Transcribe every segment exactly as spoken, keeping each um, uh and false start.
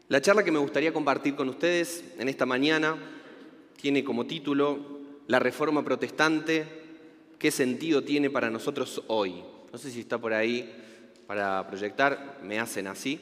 La charla que me gustaría compartir con ustedes en esta mañana tiene como título La Reforma Protestante, ¿qué sentido tiene para nosotros hoy? No sé si está por ahí para proyectar, me hacen así.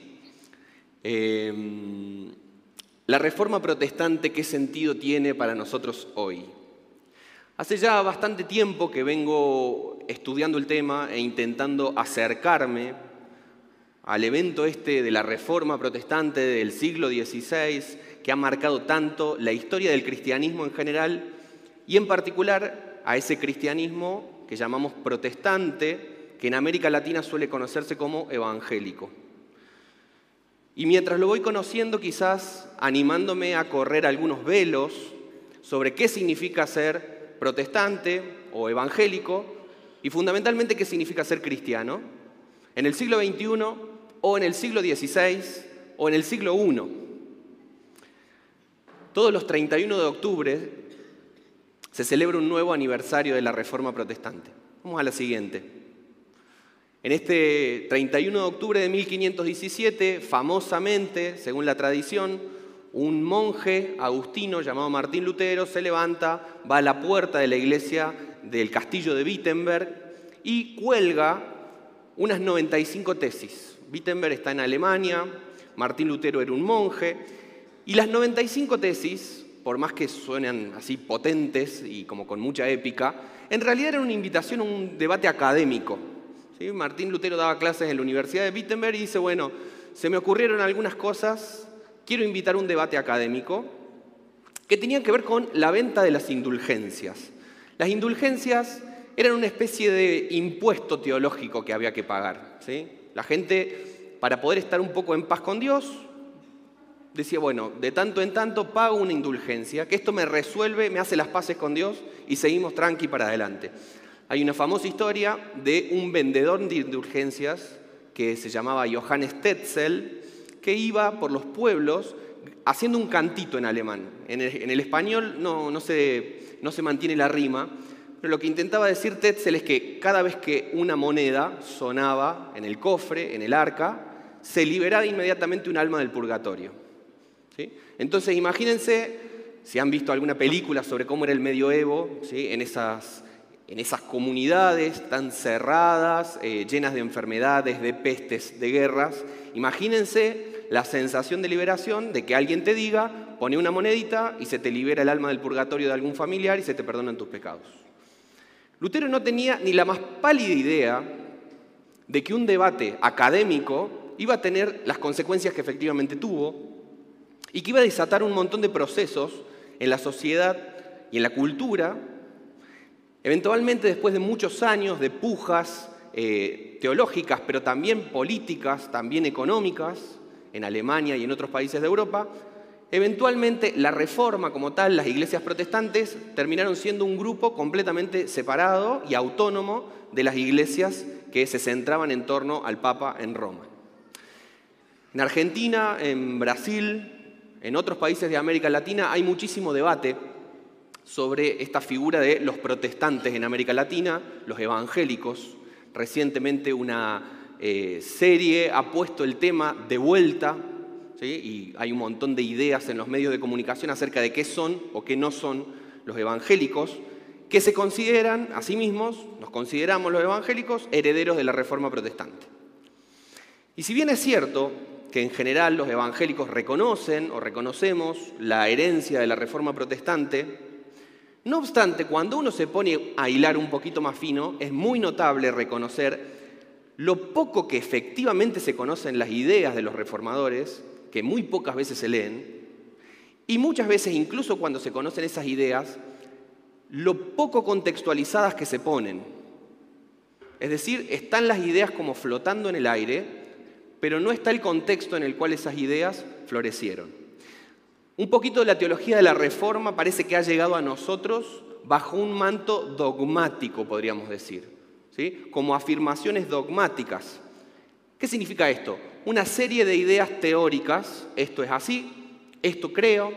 Eh, la Reforma Protestante, ¿qué sentido tiene para nosotros hoy? Hace ya bastante tiempo que vengo estudiando el tema e intentando acercarme al evento este de la Reforma Protestante del siglo dieciséis, que ha marcado tanto la historia del cristianismo en general y en particular a ese cristianismo que llamamos protestante, que en América Latina suele conocerse como evangélico. Y mientras lo voy conociendo, quizás animándome a correr algunos velos sobre qué significa ser protestante o evangélico y fundamentalmente qué significa ser cristiano en el siglo veintiuno o en el siglo dieciséis o en el siglo primero. Todos los treinta y uno de octubre se celebra un nuevo aniversario de la Reforma Protestante. Vamos a la siguiente. En este treinta y uno de octubre de mil quinientos diecisiete, famosamente, según la tradición, un monje agustino llamado Martín Lutero se levanta, va a la puerta de la iglesia del castillo de Wittenberg y cuelga unas noventa y cinco tesis. Wittenberg está en Alemania, Martín Lutero era un monje, y las noventa y cinco tesis, por más que suenan así potentes y como con mucha épica, en realidad eran una invitación a un debate académico. ¿Sí? Martín Lutero daba clases en la Universidad de Wittenberg y dice, bueno, se me ocurrieron algunas cosas, quiero invitar a un debate académico que tenían que ver con la venta de las indulgencias. Las indulgencias eran una especie de impuesto teológico que había que pagar, ¿sí? La gente, para poder estar un poco en paz con Dios, decía, bueno, de tanto en tanto pago una indulgencia, que esto me resuelve, me hace las paces con Dios y seguimos tranqui para adelante. Hay una famosa historia de un vendedor de indulgencias que se llamaba Johannes Tetzel, que iba por los pueblos haciendo un cantito en alemán. En el, en el español no, no, se, no se mantiene la rima, pero lo que intentaba decir Tetzel es que cada vez que una moneda sonaba en el cofre, en el arca, se liberaba inmediatamente un alma del purgatorio. ¿Sí? Entonces imagínense, si han visto alguna película sobre cómo era el medioevo, ¿sí? en, esas, en esas comunidades tan cerradas, eh, llenas de enfermedades, de pestes, de guerras, imagínense la sensación de liberación de que alguien te diga, pone una monedita y se te libera el alma del purgatorio de algún familiar y se te perdonan tus pecados. Lutero no tenía ni la más pálida idea de que un debate académico iba a tener las consecuencias que efectivamente tuvo y que iba a desatar un montón de procesos en la sociedad y en la cultura. Eventualmente, después de muchos años de pujas eh, teológicas, pero también políticas, también económicas, en Alemania y en otros países de Europa, eventualmente la Reforma como tal, las iglesias protestantes, terminaron siendo un grupo completamente separado y autónomo de las iglesias que se centraban en torno al Papa en Roma. En Argentina, en Brasil, en otros países de América Latina hay muchísimo debate sobre esta figura de los protestantes en América Latina, los evangélicos. Recientemente una eh, serie ha puesto el tema de vuelta, ¿sí? Y hay un montón de ideas en los medios de comunicación acerca de qué son o qué no son los evangélicos, que se consideran a sí mismos, nos consideramos los evangélicos, herederos de la Reforma Protestante. Y si bien es cierto que en general los evangélicos reconocen o reconocemos la herencia de la Reforma Protestante, no obstante, cuando uno se pone a hilar un poquito más fino, es muy notable reconocer lo poco que efectivamente se conocen las ideas de los reformadores, que muy pocas veces se leen, y muchas veces, incluso cuando se conocen esas ideas, lo poco contextualizadas que se ponen. Es decir, están las ideas como flotando en el aire, pero no está el contexto en el cual esas ideas florecieron. Un poquito de la teología de la Reforma parece que ha llegado a nosotros bajo un manto dogmático, podríamos decir, ¿sí? Como afirmaciones dogmáticas. ¿Qué significa esto? Una serie de ideas teóricas, esto es así, esto creo,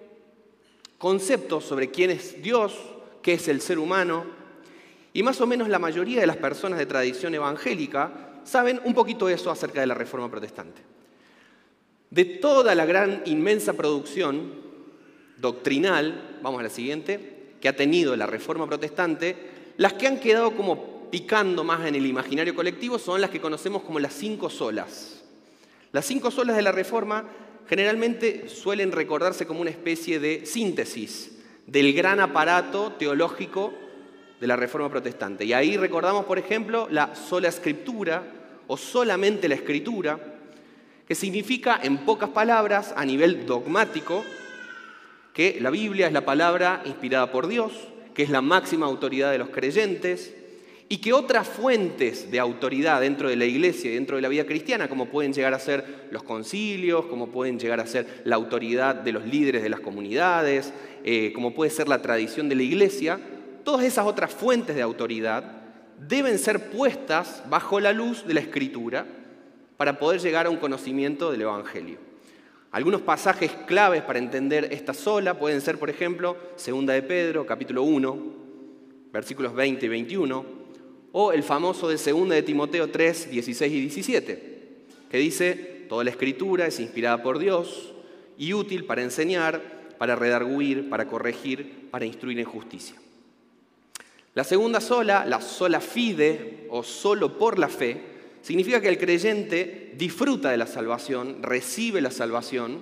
conceptos sobre quién es Dios, qué es el ser humano, y más o menos la mayoría de las personas de tradición evangélica saben un poquito eso acerca de la Reforma Protestante. De toda la gran, inmensa producción doctrinal, vamos a la siguiente, que ha tenido la Reforma Protestante, las que han quedado como picando más en el imaginario colectivo son las que conocemos como las cinco solas. Las cinco solas de la Reforma generalmente suelen recordarse como una especie de síntesis del gran aparato teológico de la Reforma Protestante. Y ahí recordamos, por ejemplo, la sola escritura o solamente la escritura, que significa, en pocas palabras, a nivel dogmático, que la Biblia es la palabra inspirada por Dios, que es la máxima autoridad de los creyentes, y que otras fuentes de autoridad dentro de la Iglesia y dentro de la vida cristiana, como pueden llegar a ser los concilios, como pueden llegar a ser la autoridad de los líderes de las comunidades, eh, como puede ser la tradición de la Iglesia, todas esas otras fuentes de autoridad deben ser puestas bajo la luz de la Escritura para poder llegar a un conocimiento del Evangelio. Algunos pasajes claves para entender esta sola pueden ser, por ejemplo, Segunda de Pedro, capítulo uno, versículos veinte y veintiuno, o el famoso de Segunda de Timoteo tres, dieciséis y diecisiete, que dice: toda la Escritura es inspirada por Dios y útil para enseñar, para redarguir, para corregir, para instruir en justicia. La segunda sola, la sola fide o solo por la fe, significa que el creyente disfruta de la salvación, recibe la salvación,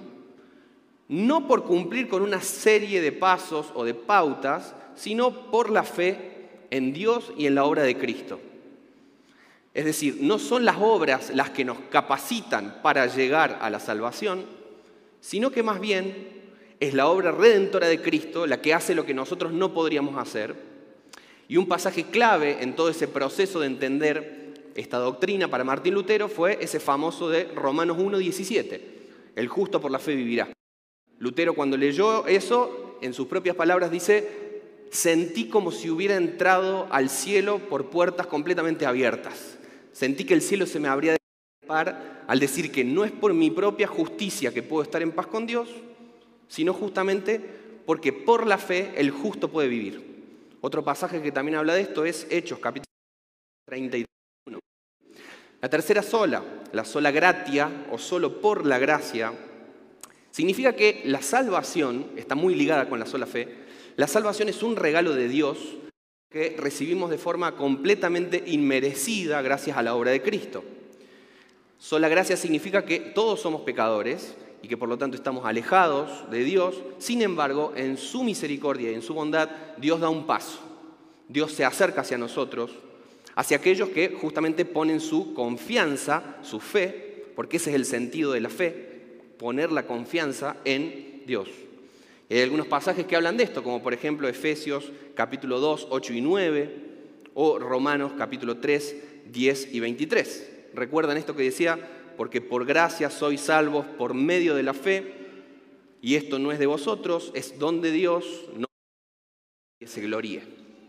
no por cumplir con una serie de pasos o de pautas, sino por la fe en Dios y en la obra de Cristo. Es decir, no son las obras las que nos capacitan para llegar a la salvación, sino que más bien es la obra redentora de Cristo la que hace lo que nosotros no podríamos hacer. Y un pasaje clave en todo ese proceso de entender esta doctrina para Martín Lutero fue ese famoso de Romanos uno, diecisiete, el justo por la fe vivirá. Lutero, cuando leyó eso, en sus propias palabras dice: sentí como si hubiera entrado al cielo por puertas completamente abiertas. Sentí que el cielo se me abría de par al decir que no es por mi propia justicia que puedo estar en paz con Dios, sino justamente porque por la fe el justo puede vivir. Otro pasaje que también habla de esto es Hechos, capítulo treinta y uno. La tercera sola, la sola gratia o solo por la gracia, significa que la salvación está muy ligada con la sola fe. La salvación es un regalo de Dios que recibimos de forma completamente inmerecida gracias a la obra de Cristo. Sola gracia significa que todos somos pecadores y que por lo tanto estamos alejados de Dios. Sin embargo, en su misericordia y en su bondad, Dios da un paso. Dios se acerca hacia nosotros, hacia aquellos que justamente ponen su confianza, su fe, porque ese es el sentido de la fe, poner la confianza en Dios. Hay algunos pasajes que hablan de esto, como por ejemplo Efesios capítulo dos, ocho y nueve, o Romanos capítulo tres, diez y veintitrés. ¿Recuerdan esto que decía? Porque por gracia sois salvos por medio de la fe, y esto no es de vosotros, es don de Dios, no que se gloríe.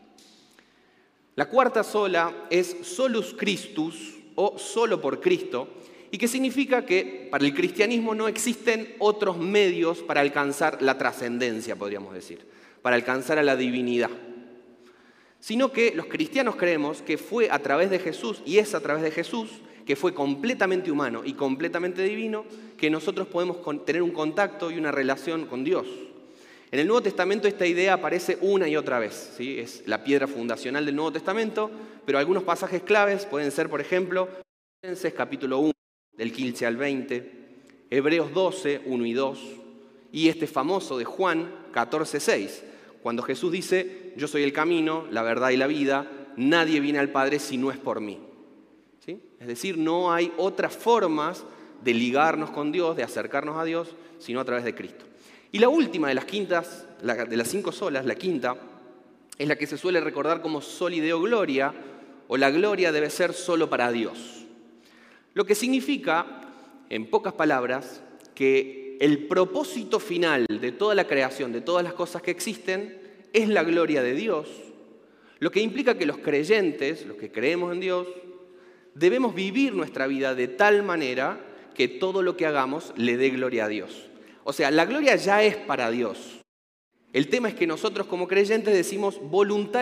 La cuarta sola es solus Christus, o solo por Cristo, y que significa que para el cristianismo no existen otros medios para alcanzar la trascendencia, podríamos decir, para alcanzar a la divinidad. Sino que los cristianos creemos que fue a través de Jesús, y es a través de Jesús, que fue completamente humano y completamente divino, que nosotros podemos tener un contacto y una relación con Dios. En el Nuevo Testamento esta idea aparece una y otra vez, ¿sí? Es la piedra fundacional del Nuevo Testamento, pero algunos pasajes claves pueden ser, por ejemplo, Filipenses capítulo uno, del quince al veinte, Hebreos doce, uno y dos, y este famoso de Juan catorce, seis, cuando Jesús dice: yo soy el camino, la verdad y la vida, nadie viene al Padre si no es por mí. ¿Sí? Es decir, no hay otras formas de ligarnos con Dios, de acercarnos a Dios, sino a través de Cristo. Y la última de las quintas, de las cinco solas, la quinta, es la que se suele recordar como soli Deo gloria, o la gloria debe ser solo para Dios. Lo que significa, en pocas palabras, que el propósito final de toda la creación, de todas las cosas que existen, es la gloria de Dios. Lo que implica que los creyentes, los que creemos en Dios, debemos vivir nuestra vida de tal manera que todo lo que hagamos le dé gloria a Dios. O sea, la gloria ya es para Dios. El tema es que nosotros como creyentes decimos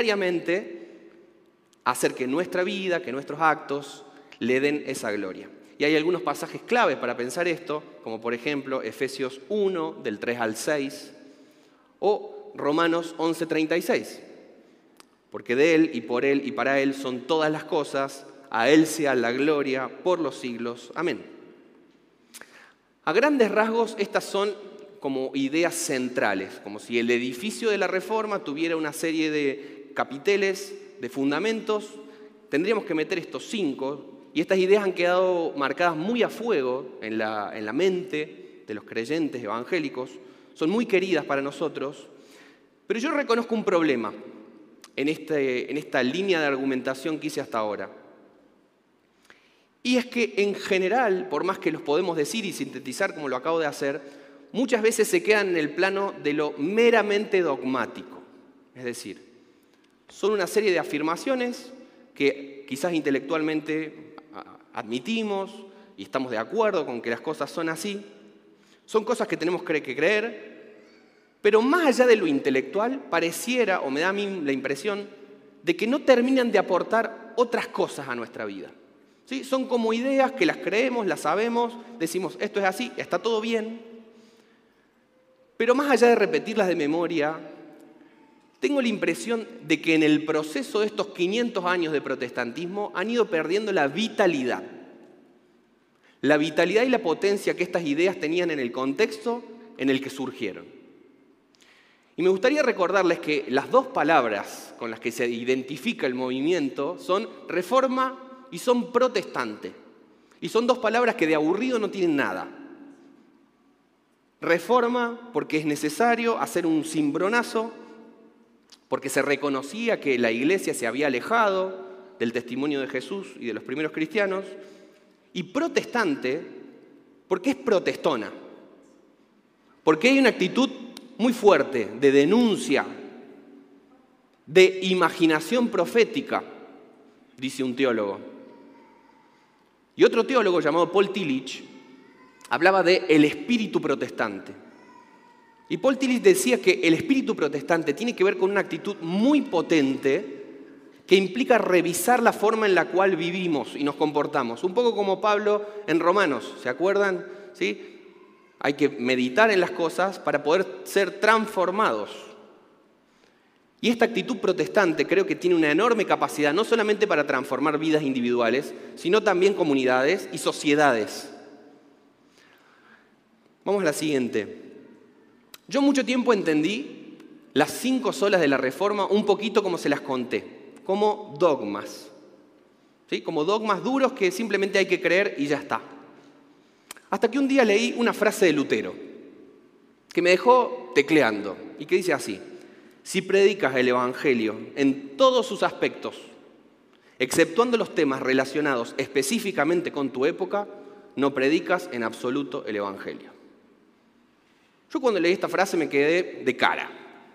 voluntariamente hacer que nuestra vida, que nuestros actos le den esa gloria. Y hay algunos pasajes claves para pensar esto, como por ejemplo Efesios uno, del tres al seis, o Romanos once, treinta y seis. Porque de Él y por Él y para Él son todas las cosas, a Él sea la gloria por los siglos. Amén. A grandes rasgos, estas son como ideas centrales, como si el edificio de la Reforma tuviera una serie de capiteles, de fundamentos. Tendríamos que meter estos cinco, y estas ideas han quedado marcadas muy a fuego en la, en la mente de los creyentes evangélicos, son muy queridas para nosotros, pero yo reconozco un problema en, este, en esta línea de argumentación que hice hasta ahora. Y es que en general, por más que los podemos decir y sintetizar como lo acabo de hacer, muchas veces se quedan en el plano de lo meramente dogmático. Es decir, son una serie de afirmaciones que quizás intelectualmente admitimos y estamos de acuerdo con que las cosas son así. Son cosas que tenemos que creer, pero más allá de lo intelectual, pareciera, o me da a mí la impresión, de que no terminan de aportar otras cosas a nuestra vida. ¿Sí? Son como ideas que las creemos, las sabemos, decimos, esto es así, está todo bien. Pero más allá de repetirlas de memoria, tengo la impresión de que en el proceso de estos quinientos años de protestantismo han ido perdiendo la vitalidad. La vitalidad y la potencia que estas ideas tenían en el contexto en el que surgieron. Y me gustaría recordarles que las dos palabras con las que se identifica el movimiento son reforma y son protestante. Y son dos palabras que de aburrido no tienen nada. Reforma porque es necesario hacer un cimbronazo, porque se reconocía que la iglesia se había alejado del testimonio de Jesús y de los primeros cristianos, y protestante porque es protestona, porque hay una actitud muy fuerte de denuncia, de imaginación profética, dice un teólogo. Y otro teólogo llamado Paul Tillich hablaba de el espíritu protestante. Y Paul Tillich decía que el espíritu protestante tiene que ver con una actitud muy potente que implica revisar la forma en la cual vivimos y nos comportamos. Un poco como Pablo en Romanos, ¿se acuerdan? ¿Sí? Hay que meditar en las cosas para poder ser transformados. Y esta actitud protestante creo que tiene una enorme capacidad, no solamente para transformar vidas individuales, sino también comunidades y sociedades. Vamos a la siguiente. Yo mucho tiempo entendí las cinco solas de la Reforma un poquito como se las conté, como dogmas. ¿Sí? Como dogmas duros que simplemente hay que creer y ya está. Hasta que un día leí una frase de Lutero, que me dejó tecleando, y que dice así: si predicas el Evangelio en todos sus aspectos, exceptuando los temas relacionados específicamente con tu época, no predicas en absoluto el Evangelio. Yo cuando leí esta frase me quedé de cara,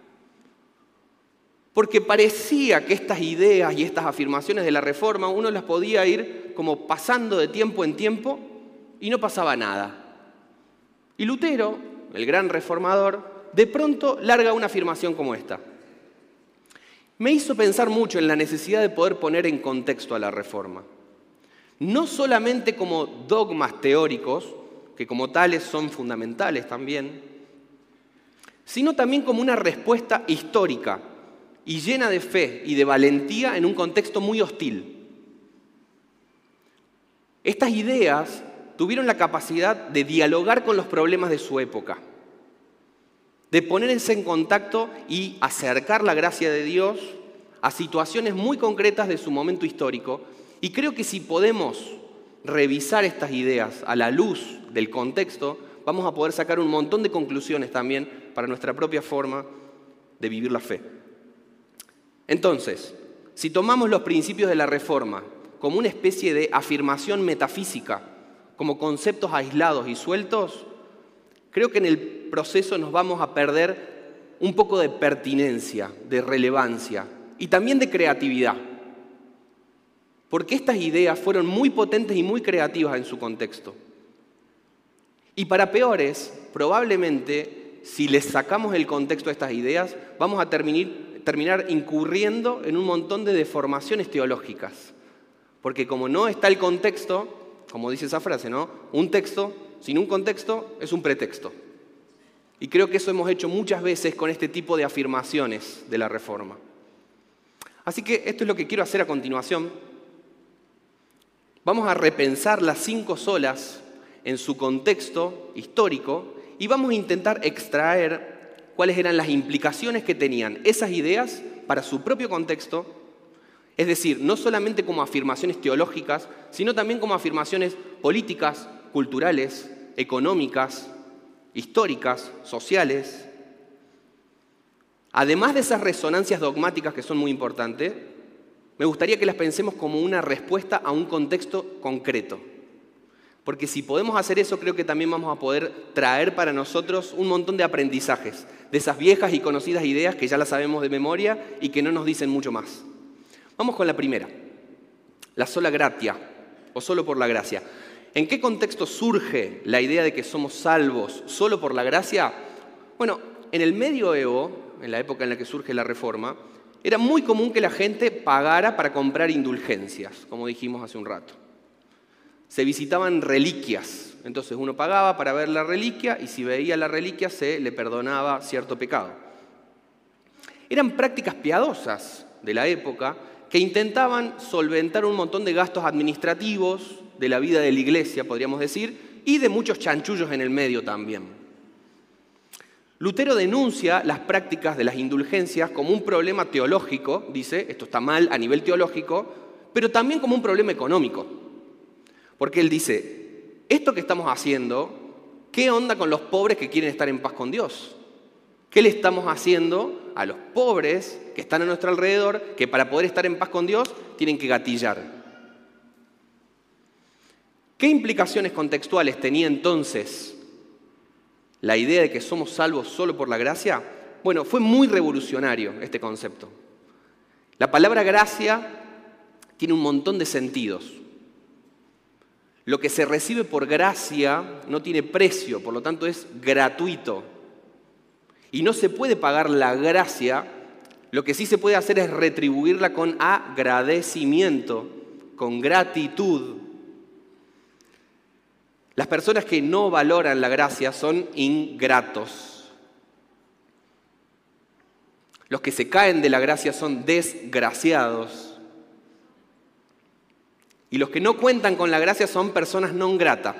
porque parecía que estas ideas y estas afirmaciones de la Reforma uno las podía ir como pasando de tiempo en tiempo y no pasaba nada. Y Lutero, el gran reformador, de pronto larga una afirmación como esta. Me hizo pensar mucho en la necesidad de poder poner en contexto a la Reforma. No solamente como dogmas teóricos, que como tales son fundamentales también, sino también como una respuesta histórica y llena de fe y de valentía en un contexto muy hostil. Estas ideas tuvieron la capacidad de dialogar con los problemas de su época, de ponerse en contacto y acercar la gracia de Dios a situaciones muy concretas de su momento histórico. Y creo que si podemos revisar estas ideas a la luz del contexto, vamos a poder sacar un montón de conclusiones también para nuestra propia forma de vivir la fe. Entonces, si tomamos los principios de la Reforma como una especie de afirmación metafísica, como conceptos aislados y sueltos, creo que en el proceso nos vamos a perder un poco de pertinencia, de relevancia y también de creatividad. Porque estas ideas fueron muy potentes y muy creativas en su contexto. Y para peores, probablemente, si les sacamos el contexto a estas ideas, vamos a terminar, terminar incurriendo en un montón de deformaciones teológicas. Porque como no está el contexto, como dice esa frase, ¿no? Un texto sin un contexto es un pretexto. Y creo que eso hemos hecho muchas veces con este tipo de afirmaciones de la Reforma. Así que esto es lo que quiero hacer a continuación. Vamos a repensar las cinco solas en su contexto histórico y vamos a intentar extraer cuáles eran las implicaciones que tenían esas ideas para su propio contexto, es decir, no solamente como afirmaciones teológicas, sino también como afirmaciones políticas, culturales, económicas, históricas, sociales. Además de esas resonancias dogmáticas que son muy importantes, me gustaría que las pensemos como una respuesta a un contexto concreto. Porque si podemos hacer eso, creo que también vamos a poder traer para nosotros un montón de aprendizajes, de esas viejas y conocidas ideas que ya las sabemos de memoria y que no nos dicen mucho más. Vamos con la primera, la sola gratia, o solo por la gracia. ¿En qué contexto surge la idea de que somos salvos solo por la gracia? Bueno, en el medioevo, en la época en la que surge la Reforma, era muy común que la gente pagara para comprar indulgencias, como dijimos hace un rato. Se visitaban reliquias, entonces uno pagaba para ver la reliquia y si veía la reliquia se le perdonaba cierto pecado. Eran prácticas piadosas de la época que intentaban solventar un montón de gastos administrativos de la vida de la iglesia, podríamos decir, y de muchos chanchullos en el medio también. Lutero denuncia las prácticas de las indulgencias como un problema teológico, dice, esto está mal a nivel teológico, pero también como un problema económico. Porque él dice, esto que estamos haciendo, ¿qué onda con los pobres que quieren estar en paz con Dios? ¿Qué le estamos haciendo a los pobres que están a nuestro alrededor, que para poder estar en paz con Dios tienen que gatillar? ¿Qué implicaciones contextuales tenía entonces la idea de que somos salvos solo por la gracia? Bueno, fue muy revolucionario este concepto. La palabra gracia tiene un montón de sentidos. Lo que se recibe por gracia no tiene precio, por lo tanto es gratuito. Y no se puede pagar la gracia, lo que sí se puede hacer es retribuirla con agradecimiento, con gratitud. Las personas que no valoran la gracia son ingratos. Los que se caen de la gracia son desgraciados. Y los que no cuentan con la gracia son personas non grata.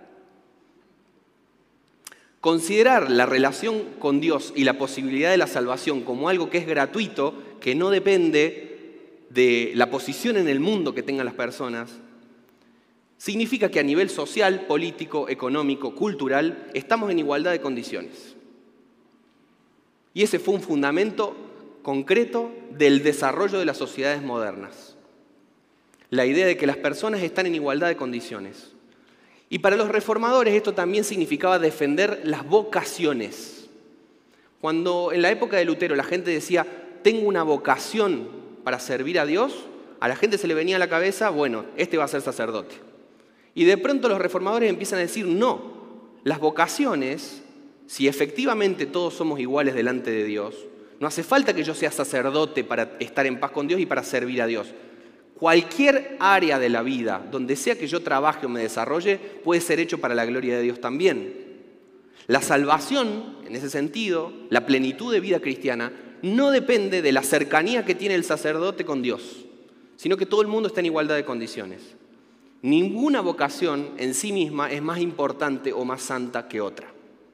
Considerar la relación con Dios y la posibilidad de la salvación como algo que es gratuito, que no depende de la posición en el mundo que tengan las personas, significa que a nivel social, político, económico, cultural, estamos en igualdad de condiciones. Y ese fue un fundamento concreto del desarrollo de las sociedades modernas. La idea de que las personas están en igualdad de condiciones. Y para los reformadores esto también significaba defender las vocaciones. Cuando en la época de Lutero la gente decía, tengo una vocación para servir a Dios, a la gente se le venía a la cabeza, bueno, este va a ser sacerdote. Y de pronto los reformadores empiezan a decir, no, las vocaciones, si efectivamente todos somos iguales delante de Dios, no hace falta que yo sea sacerdote para estar en paz con Dios y para servir a Dios. Cualquier área de la vida, donde sea que yo trabaje o me desarrolle, puede ser hecho para la gloria de Dios también. La salvación, en ese sentido, la plenitud de vida cristiana, no depende de la cercanía que tiene el sacerdote con Dios, sino que todo el mundo está en igualdad de condiciones. Ninguna vocación en sí misma es más importante o más santa que otra.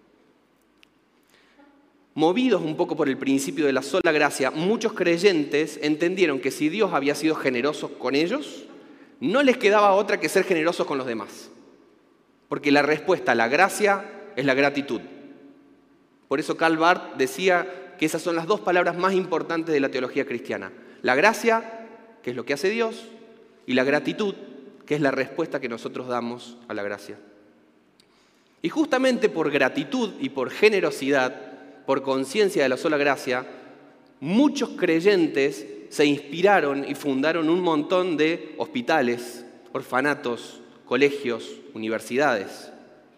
Movidos un poco por el principio de la sola gracia, muchos creyentes entendieron que si Dios había sido generoso con ellos, no les quedaba otra que ser generosos con los demás. Porque la respuesta a la gracia es la gratitud. Por eso Karl Barth decía que esas son las dos palabras más importantes de la teología cristiana. La gracia, que es lo que hace Dios, y la gratitud, que es la respuesta que nosotros damos a la gracia. Y justamente por gratitud y por generosidad, por conciencia de la sola gracia, muchos creyentes se inspiraron y fundaron un montón de hospitales, orfanatos, colegios, universidades.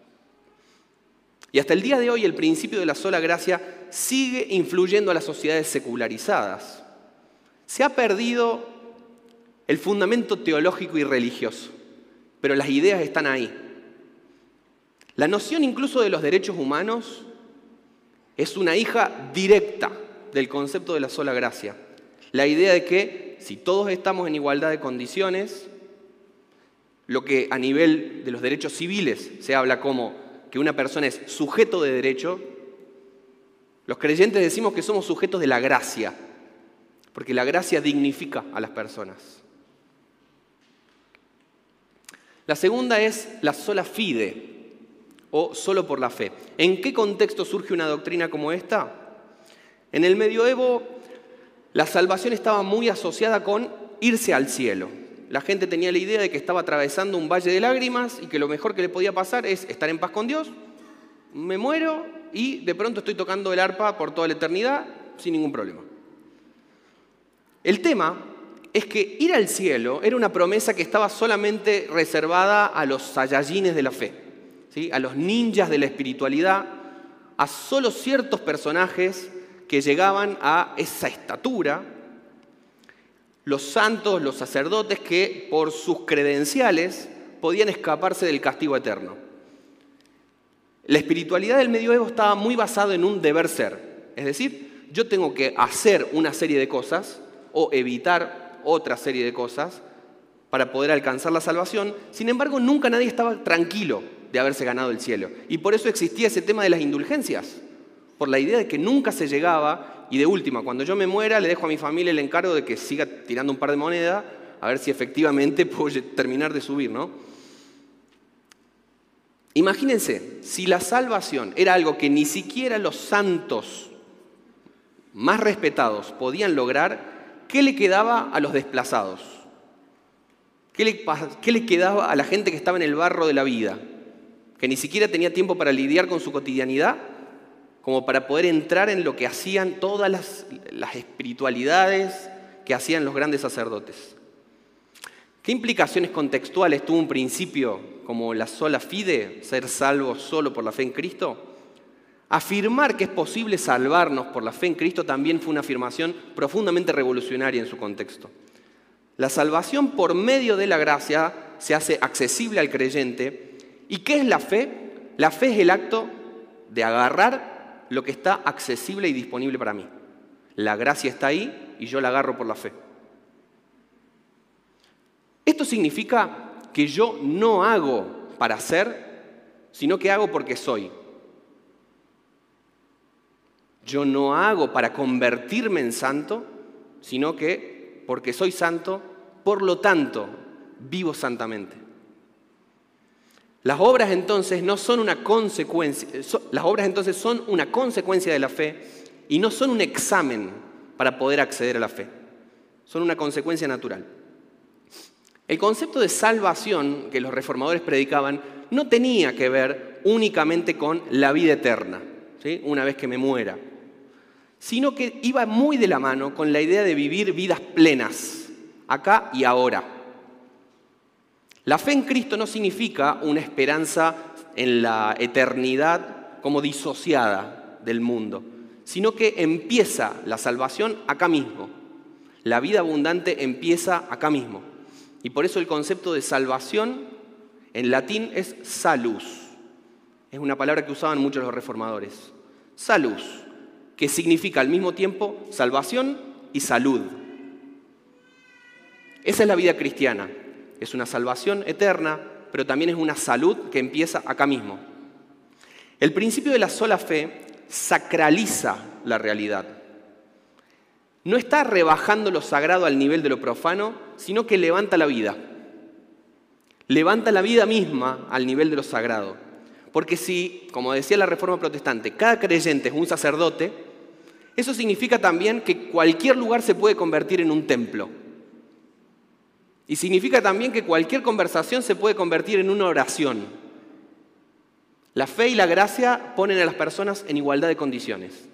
Y hasta el día de hoy el principio de la sola gracia sigue influyendo a las sociedades secularizadas. Se ha perdido el fundamento teológico y religioso. pero las ideas están ahí. La noción incluso de los derechos humanos es una hija directa del concepto de la sola gracia. La idea de que si todos estamos en igualdad de condiciones, lo que a nivel de los derechos civiles se habla como que una persona es sujeto de derecho, los creyentes decimos que somos sujetos de la gracia, porque la gracia dignifica a las personas. La segunda es la sola fide, o solo por la fe. ¿En qué contexto surge una doctrina como esta? En el medioevo, la salvación estaba muy asociada con irse al cielo. La gente tenía la idea de que estaba atravesando un valle de lágrimas y que lo mejor que le podía pasar es estar en paz con Dios, me muero y de pronto estoy tocando el arpa por toda la eternidad sin ningún problema. El tema es que ir al cielo era una promesa que estaba solamente reservada a los saiyajines de la fe, ¿sí? A los ninjas de la espiritualidad, a solo ciertos personajes que llegaban a esa estatura, los santos, los sacerdotes que por sus credenciales podían escaparse del castigo eterno. La espiritualidad del medioevo estaba muy basada en un deber ser, es decir, yo tengo que hacer una serie de cosas o evitar otra serie de cosas para poder alcanzar la salvación. Sin embargo, nunca nadie estaba tranquilo de haberse ganado el cielo. Y por eso existía ese tema de las indulgencias, por la idea de que nunca se llegaba, y de última, cuando yo me muera, le dejo a mi familia el encargo de que siga tirando un par de monedas, a ver si efectivamente puedo terminar de subir, ¿no? Imagínense, si la salvación era algo que ni siquiera los santos más respetados podían lograr, ¿qué le quedaba a los desplazados? ¿Qué le, qué le quedaba a la gente que estaba en el barro de la vida? Que ni siquiera tenía tiempo para lidiar con su cotidianidad, como para poder entrar en lo que hacían todas las, las espiritualidades que hacían los grandes sacerdotes. ¿Qué implicaciones contextuales tuvo un principio como la sola fide, ser salvos solo por la fe en Cristo? Afirmar que es posible salvarnos por la fe en Cristo también fue una afirmación profundamente revolucionaria en su contexto. La salvación por medio de la gracia se hace accesible al creyente. ¿Y qué es la fe? La fe es el acto de agarrar lo que está accesible y disponible para mí. La gracia está ahí y yo la agarro por la fe. Esto significa que yo no hago para ser, sino que hago porque soy. Yo no hago para convertirme en santo, sino que porque soy santo, por lo tanto, vivo santamente. Las obras entonces no son una consecuencia, las obras entonces son una consecuencia de la fe y no son un examen para poder acceder a la fe. Son una consecuencia natural. El concepto de salvación que los reformadores predicaban no tenía que ver únicamente con la vida eterna, ¿sí? Una vez que me muera, sino que iba muy de la mano con la idea de vivir vidas plenas, acá y ahora. La fe en Cristo no significa una esperanza en la eternidad como disociada del mundo, sino que empieza la salvación acá mismo. La vida abundante empieza acá mismo. Y por eso el concepto de salvación en latín es salus. Es una palabra que usaban muchos los reformadores. Salus, que significa al mismo tiempo salvación y salud. Esa es la vida cristiana. Es una salvación eterna, pero también es una salud que empieza acá mismo. El principio de la sola fe sacraliza la realidad. No está rebajando lo sagrado al nivel de lo profano, sino que levanta la vida. Levanta la vida misma al nivel de lo sagrado. Porque si, como decía la Reforma Protestante, cada creyente es un sacerdote, eso significa también que cualquier lugar se puede convertir en un templo. Y significa también que cualquier conversación se puede convertir en una oración. La fe y la gracia ponen a las personas en igualdad de condiciones.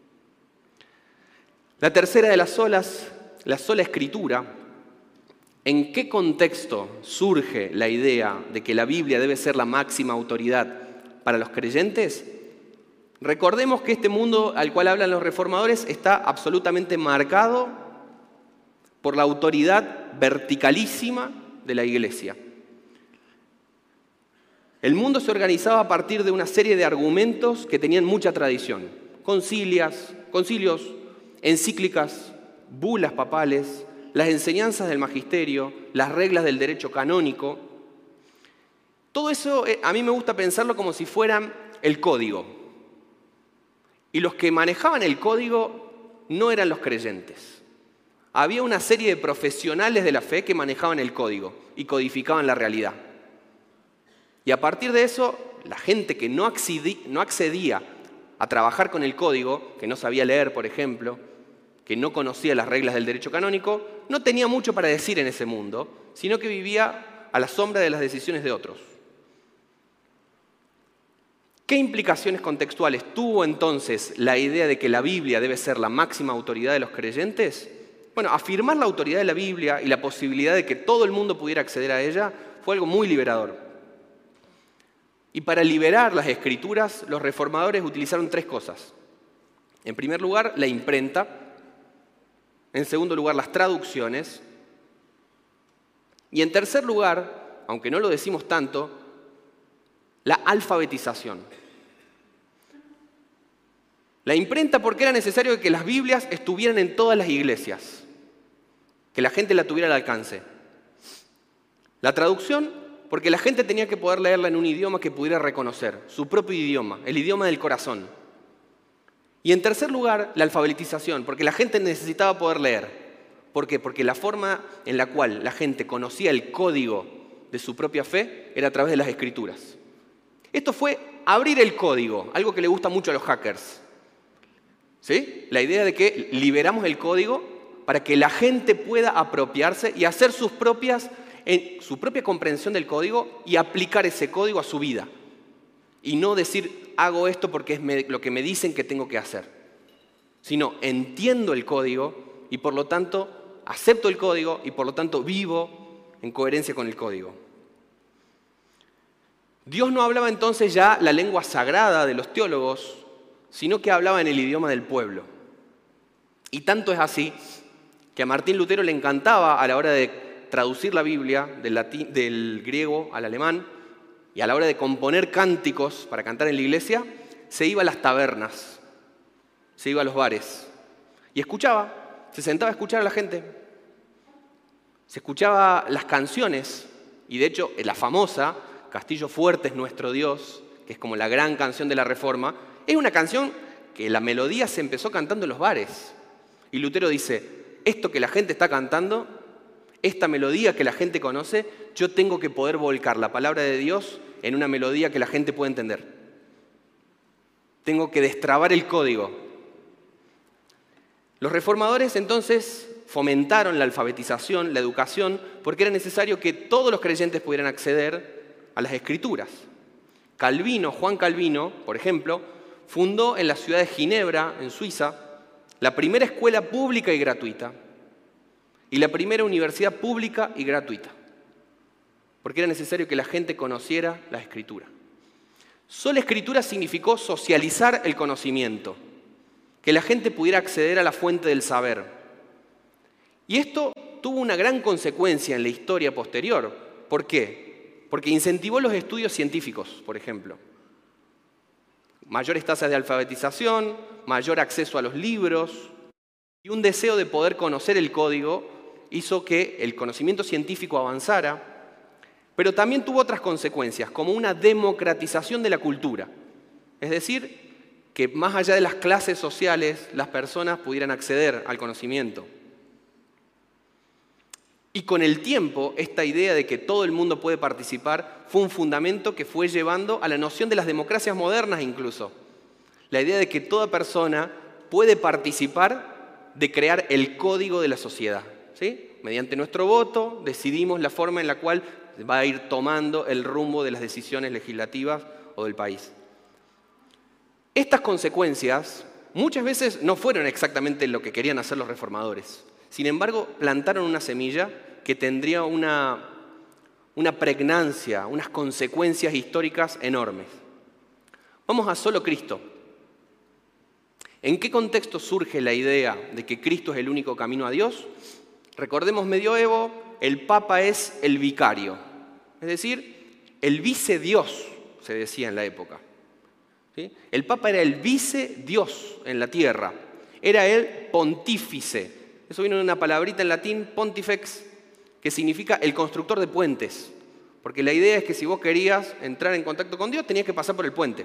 La tercera de las solas, la sola escritura. ¿En qué contexto surge la idea de que la Biblia debe ser la máxima autoridad para los creyentes? Recordemos que este mundo al cual hablan los reformadores está absolutamente marcado por la autoridad verticalísima de la Iglesia. El mundo se organizaba a partir de una serie de argumentos que tenían mucha tradición. Concilias, concilios, encíclicas, bulas papales, las enseñanzas del magisterio, las reglas del derecho canónico. Todo eso a mí me gusta pensarlo como si fueran el código. Y los que manejaban el código no eran los creyentes. Había una serie de profesionales de la fe que manejaban el código y codificaban la realidad. Y a partir de eso, la gente que no accedía, no accedía a trabajar con el código, que no sabía leer, por ejemplo, que no conocía las reglas del derecho canónico, no tenía mucho para decir en ese mundo, sino que vivía a la sombra de las decisiones de otros. ¿Qué implicaciones contextuales tuvo entonces la idea de que la Biblia debe ser la máxima autoridad de los creyentes? Bueno, afirmar la autoridad de la Biblia y la posibilidad de que todo el mundo pudiera acceder a ella fue algo muy liberador. Y para liberar las escrituras, los reformadores utilizaron tres cosas. En primer lugar, la imprenta. En segundo lugar, las traducciones. Y en tercer lugar, aunque no lo decimos tanto, la alfabetización. La imprenta porque era necesario que las Biblias estuvieran en todas las iglesias, que la gente la tuviera al alcance. La traducción porque la gente tenía que poder leerla en un idioma que pudiera reconocer, su propio idioma, el idioma del corazón. Y en tercer lugar, la alfabetización, porque la gente necesitaba poder leer. ¿Por qué? Porque la forma en la cual la gente conocía el código de su propia fe era a través de las escrituras. Esto fue abrir el código, algo que le gusta mucho a los hackers. ¿Sí? La idea de que liberamos el código para que la gente pueda apropiarse y hacer sus propias, en su propia comprensión del código y aplicar ese código a su vida. Y no decir, hago esto porque es lo que me dicen que tengo que hacer. Sino, entiendo el código y por lo tanto acepto el código y por lo tanto vivo en coherencia con el código. Dios no hablaba entonces ya la lengua sagrada de los teólogos, sino que hablaba en el idioma del pueblo. Y tanto es así que a Martín Lutero le encantaba a la hora de traducir la Biblia del, latín, del griego al alemán y a la hora de componer cánticos para cantar en la iglesia, se iba a las tabernas, se iba a los bares y escuchaba, se sentaba a escuchar a la gente, se escuchaba las canciones y de hecho la famosa Castillo Fuerte es nuestro Dios, que es como la gran canción de la Reforma, es una canción que la melodía se empezó cantando en los bares. Y Lutero dice, esto que la gente está cantando, esta melodía que la gente conoce, yo tengo que poder volcar la palabra de Dios en una melodía que la gente pueda entender. Tengo que destrabar el código. Los reformadores entonces fomentaron la alfabetización, la educación, porque era necesario que todos los creyentes pudieran acceder a las escrituras. Calvino, Juan Calvino, por ejemplo, fundó en la ciudad de Ginebra, en Suiza, la primera escuela pública y gratuita y la primera universidad pública y gratuita, porque era necesario que la gente conociera la Escritura. Sola Escritura significó socializar el conocimiento, que la gente pudiera acceder a la fuente del saber. Y esto tuvo una gran consecuencia en la historia posterior. ¿Por qué? Porque incentivó los estudios científicos, por ejemplo. Mayores tasas de alfabetización, mayor acceso a los libros y un deseo de poder conocer el código hizo que el conocimiento científico avanzara, pero también tuvo otras consecuencias, como una democratización de la cultura. Es decir, que más allá de las clases sociales, las personas pudieran acceder al conocimiento. Y con el tiempo, esta idea de que todo el mundo puede participar fue un fundamento que fue llevando a la noción de las democracias modernas incluso. La idea de que toda persona puede participar de crear el código de la sociedad. ¿Sí? Mediante nuestro voto decidimos la forma en la cual va a ir tomando el rumbo de las decisiones legislativas o del país. Estas consecuencias muchas veces no fueron exactamente lo que querían hacer los reformadores. Sin embargo, plantaron una semilla que tendría una, una pregnancia, unas consecuencias históricas enormes. Vamos a solo Cristo. ¿En qué contexto surge la idea de que Cristo es el único camino a Dios? Recordemos medioevo, el Papa es el vicario, es decir, el vicedios, se decía en la época. ¿Sí? El Papa era el vicedios en la tierra, era el pontífice. Eso viene de una palabrita en latín, pontifex, que significa el constructor de puentes. Porque la idea es que si vos querías entrar en contacto con Dios, tenías que pasar por el puente.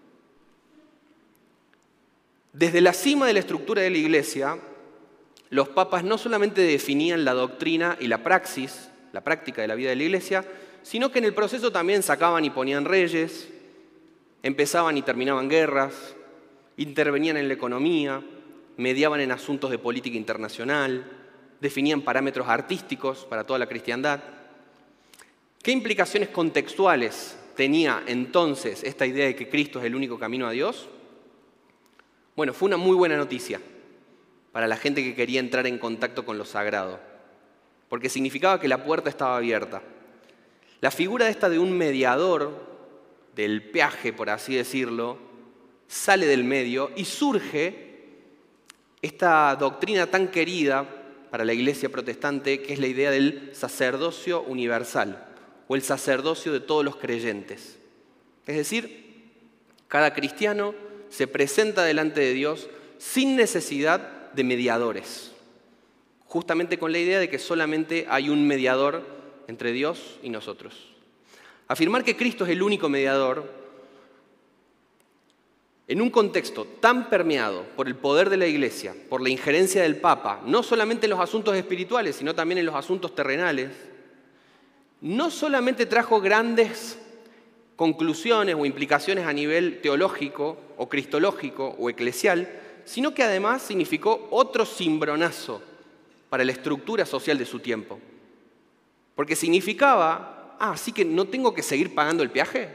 Desde la cima de la estructura de la Iglesia, los papas no solamente definían la doctrina y la praxis, la práctica de la vida de la Iglesia, sino que en el proceso también sacaban y ponían reyes, empezaban y terminaban guerras, intervenían en la economía, mediaban en asuntos de política internacional, definían parámetros artísticos para toda la cristiandad. ¿Qué implicaciones contextuales tenía entonces esta idea de que Cristo es el único camino a Dios? Bueno, fue una muy buena noticia para la gente que quería entrar en contacto con lo sagrado, porque significaba que la puerta estaba abierta. La figura esta de un mediador, del peaje, por así decirlo, sale del medio y surge esta doctrina tan querida para la Iglesia protestante, que es la idea del sacerdocio universal, o el sacerdocio de todos los creyentes. Es decir, cada cristiano se presenta delante de Dios sin necesidad de mediadores, justamente con la idea de que solamente hay un mediador entre Dios y nosotros. Afirmar que Cristo es el único mediador, en un contexto tan permeado por el poder de la Iglesia, por la injerencia del Papa, no solamente en los asuntos espirituales, sino también en los asuntos terrenales, no solamente trajo grandes conclusiones o implicaciones a nivel teológico o cristológico o eclesial, sino que además significó otro cimbronazo para la estructura social de su tiempo. Porque significaba, ah, así que no tengo que seguir pagando el peaje.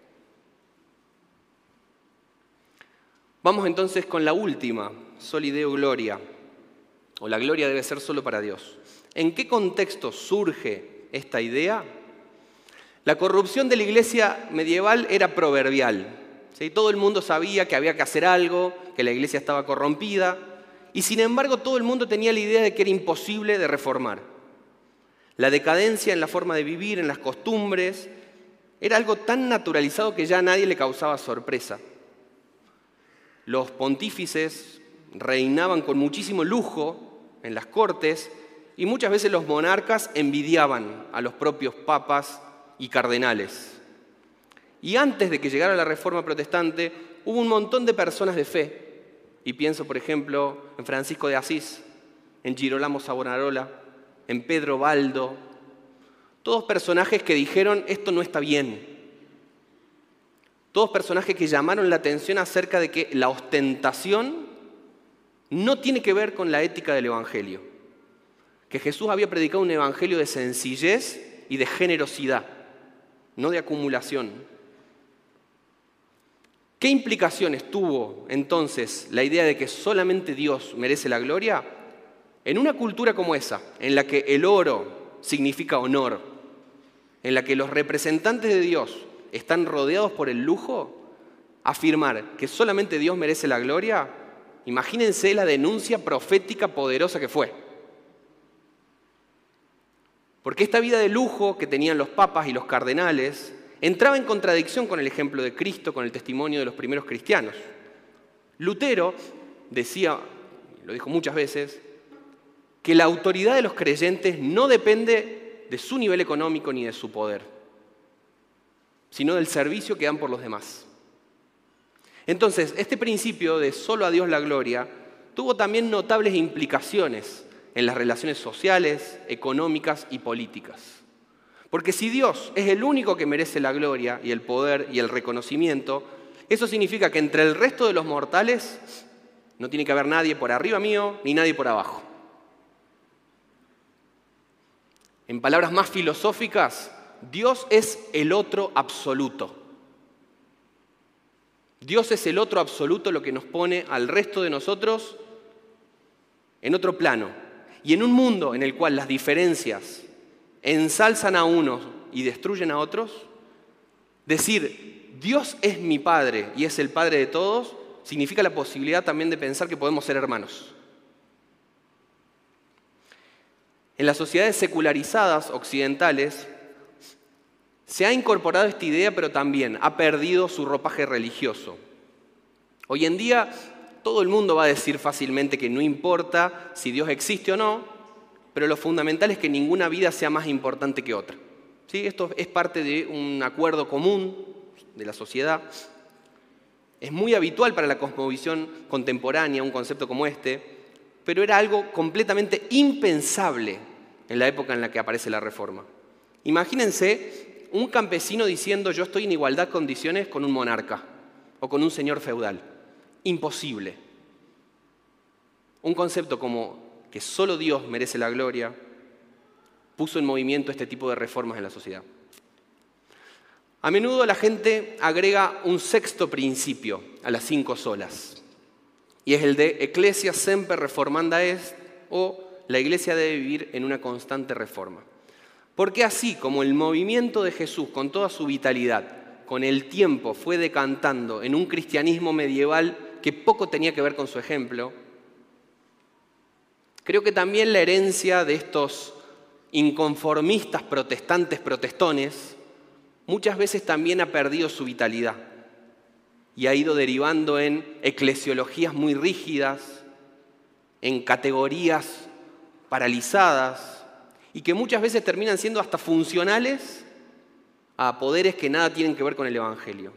Vamos entonces con la última, Soli Deo Gloria, o la gloria debe ser solo para Dios. ¿En qué contexto surge esta idea? La corrupción de la iglesia medieval era proverbial. ¿Sí? Todo el mundo sabía que había que hacer algo, que la iglesia estaba corrompida, y sin embargo todo el mundo tenía la idea de que era imposible de reformar. La decadencia en la forma de vivir, en las costumbres, era algo tan naturalizado que ya a nadie le causaba sorpresa. Los pontífices reinaban con muchísimo lujo en las cortes y muchas veces los monarcas envidiaban a los propios papas y cardenales. Y antes de que llegara la Reforma Protestante, hubo un montón de personas de fe. Y pienso, por ejemplo, en Francisco de Asís, en Girolamo Savonarola, en Pedro Baldo. Todos personajes que dijeron, esto no está bien. Todos personajes que llamaron la atención acerca de que la ostentación no tiene que ver con la ética del Evangelio. Que Jesús había predicado un evangelio de sencillez y de generosidad, no de acumulación. ¿Qué implicaciones tuvo entonces la idea de que solamente Dios merece la gloria? En una cultura como esa, en la que el oro significa honor, en la que los representantes de Dios están rodeados por el lujo, afirmar que solamente Dios merece la gloria, imagínense la denuncia profética poderosa que fue. Porque esta vida de lujo que tenían los papas y los cardenales entraba en contradicción con el ejemplo de Cristo, con el testimonio de los primeros cristianos. Lutero decía, lo dijo muchas veces, que la autoridad de los creyentes no depende de su nivel económico ni de su poder, sino del servicio que dan por los demás. Entonces, este principio de solo a Dios la gloria tuvo también notables implicaciones en las relaciones sociales, económicas y políticas. Porque si Dios es el único que merece la gloria y el poder y el reconocimiento, eso significa que entre el resto de los mortales no tiene que haber nadie por arriba mío ni nadie por abajo. En palabras más filosóficas, Dios es el otro absoluto. Dios es el otro absoluto, lo que nos pone al resto de nosotros en otro plano. Y en un mundo en el cual las diferencias ensalzan a unos y destruyen a otros, decir Dios es mi Padre y es el Padre de todos, significa la posibilidad también de pensar que podemos ser hermanos. En las sociedades secularizadas occidentales se ha incorporado esta idea, pero también ha perdido su ropaje religioso. Hoy en día todo el mundo va a decir fácilmente que no importa si Dios existe o no, pero lo fundamental es que ninguna vida sea más importante que otra. ¿Sí? Esto es parte de un acuerdo común de la sociedad. Es muy habitual para la cosmovisión contemporánea un concepto como este, pero era algo completamente impensable en la época en la que aparece la Reforma. Imagínense un campesino diciendo yo estoy en igualdad de condiciones con un monarca o con un señor feudal. Imposible. Un concepto como que solo Dios merece la gloria puso en movimiento este tipo de reformas en la sociedad. A menudo la gente agrega un sexto principio a las cinco solas, y es el de Ecclesia semper reformanda est, o la Iglesia debe vivir en una constante reforma. Porque así como el movimiento de Jesús con toda su vitalidad, con el tiempo fue decantando en un cristianismo medieval que poco tenía que ver con su ejemplo, creo que también la herencia de estos inconformistas protestantes protestones muchas veces también ha perdido su vitalidad y ha ido derivando en eclesiologías muy rígidas, en categorías paralizadas y que muchas veces terminan siendo hasta funcionales a poderes que nada tienen que ver con el Evangelio.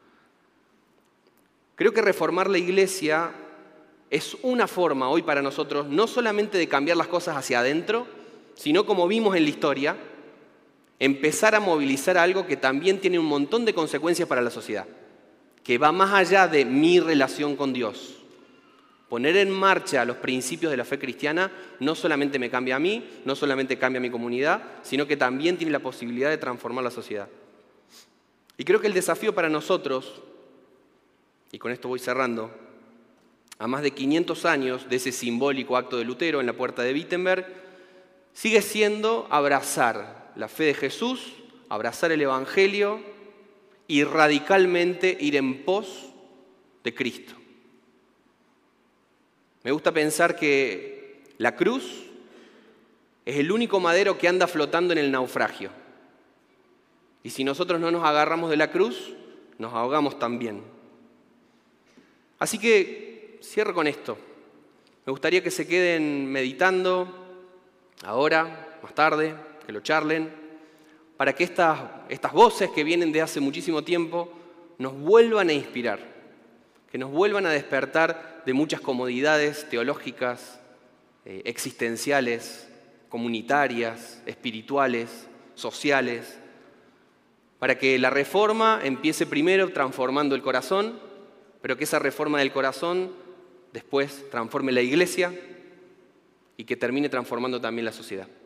Creo que reformar la Iglesia es una forma hoy para nosotros no solamente de cambiar las cosas hacia adentro, sino como vimos en la historia, empezar a movilizar algo que también tiene un montón de consecuencias para la sociedad, que va más allá de mi relación con Dios. Poner en marcha los principios de la fe cristiana no solamente me cambia a mí, no solamente cambia a mi comunidad, sino que también tiene la posibilidad de transformar la sociedad. Y creo que el desafío para nosotros, y con esto voy cerrando, a más de quinientos años de ese simbólico acto de Lutero en la puerta de Wittenberg, sigue siendo abrazar la fe de Jesús, abrazar el Evangelio y radicalmente ir en pos de Cristo. Me gusta pensar que la cruz es el único madero que anda flotando en el naufragio. Y si nosotros no nos agarramos de la cruz, nos ahogamos también. Así que cierro con esto. Me gustaría que se queden meditando ahora, más tarde, que lo charlen, para que estas, estas voces que vienen de hace muchísimo tiempo nos vuelvan a inspirar, que nos vuelvan a despertar de muchas comodidades teológicas, eh, existenciales, comunitarias, espirituales, sociales, para que la reforma empiece primero transformando el corazón, pero que esa reforma del corazón después transforme la Iglesia y que termine transformando también la sociedad.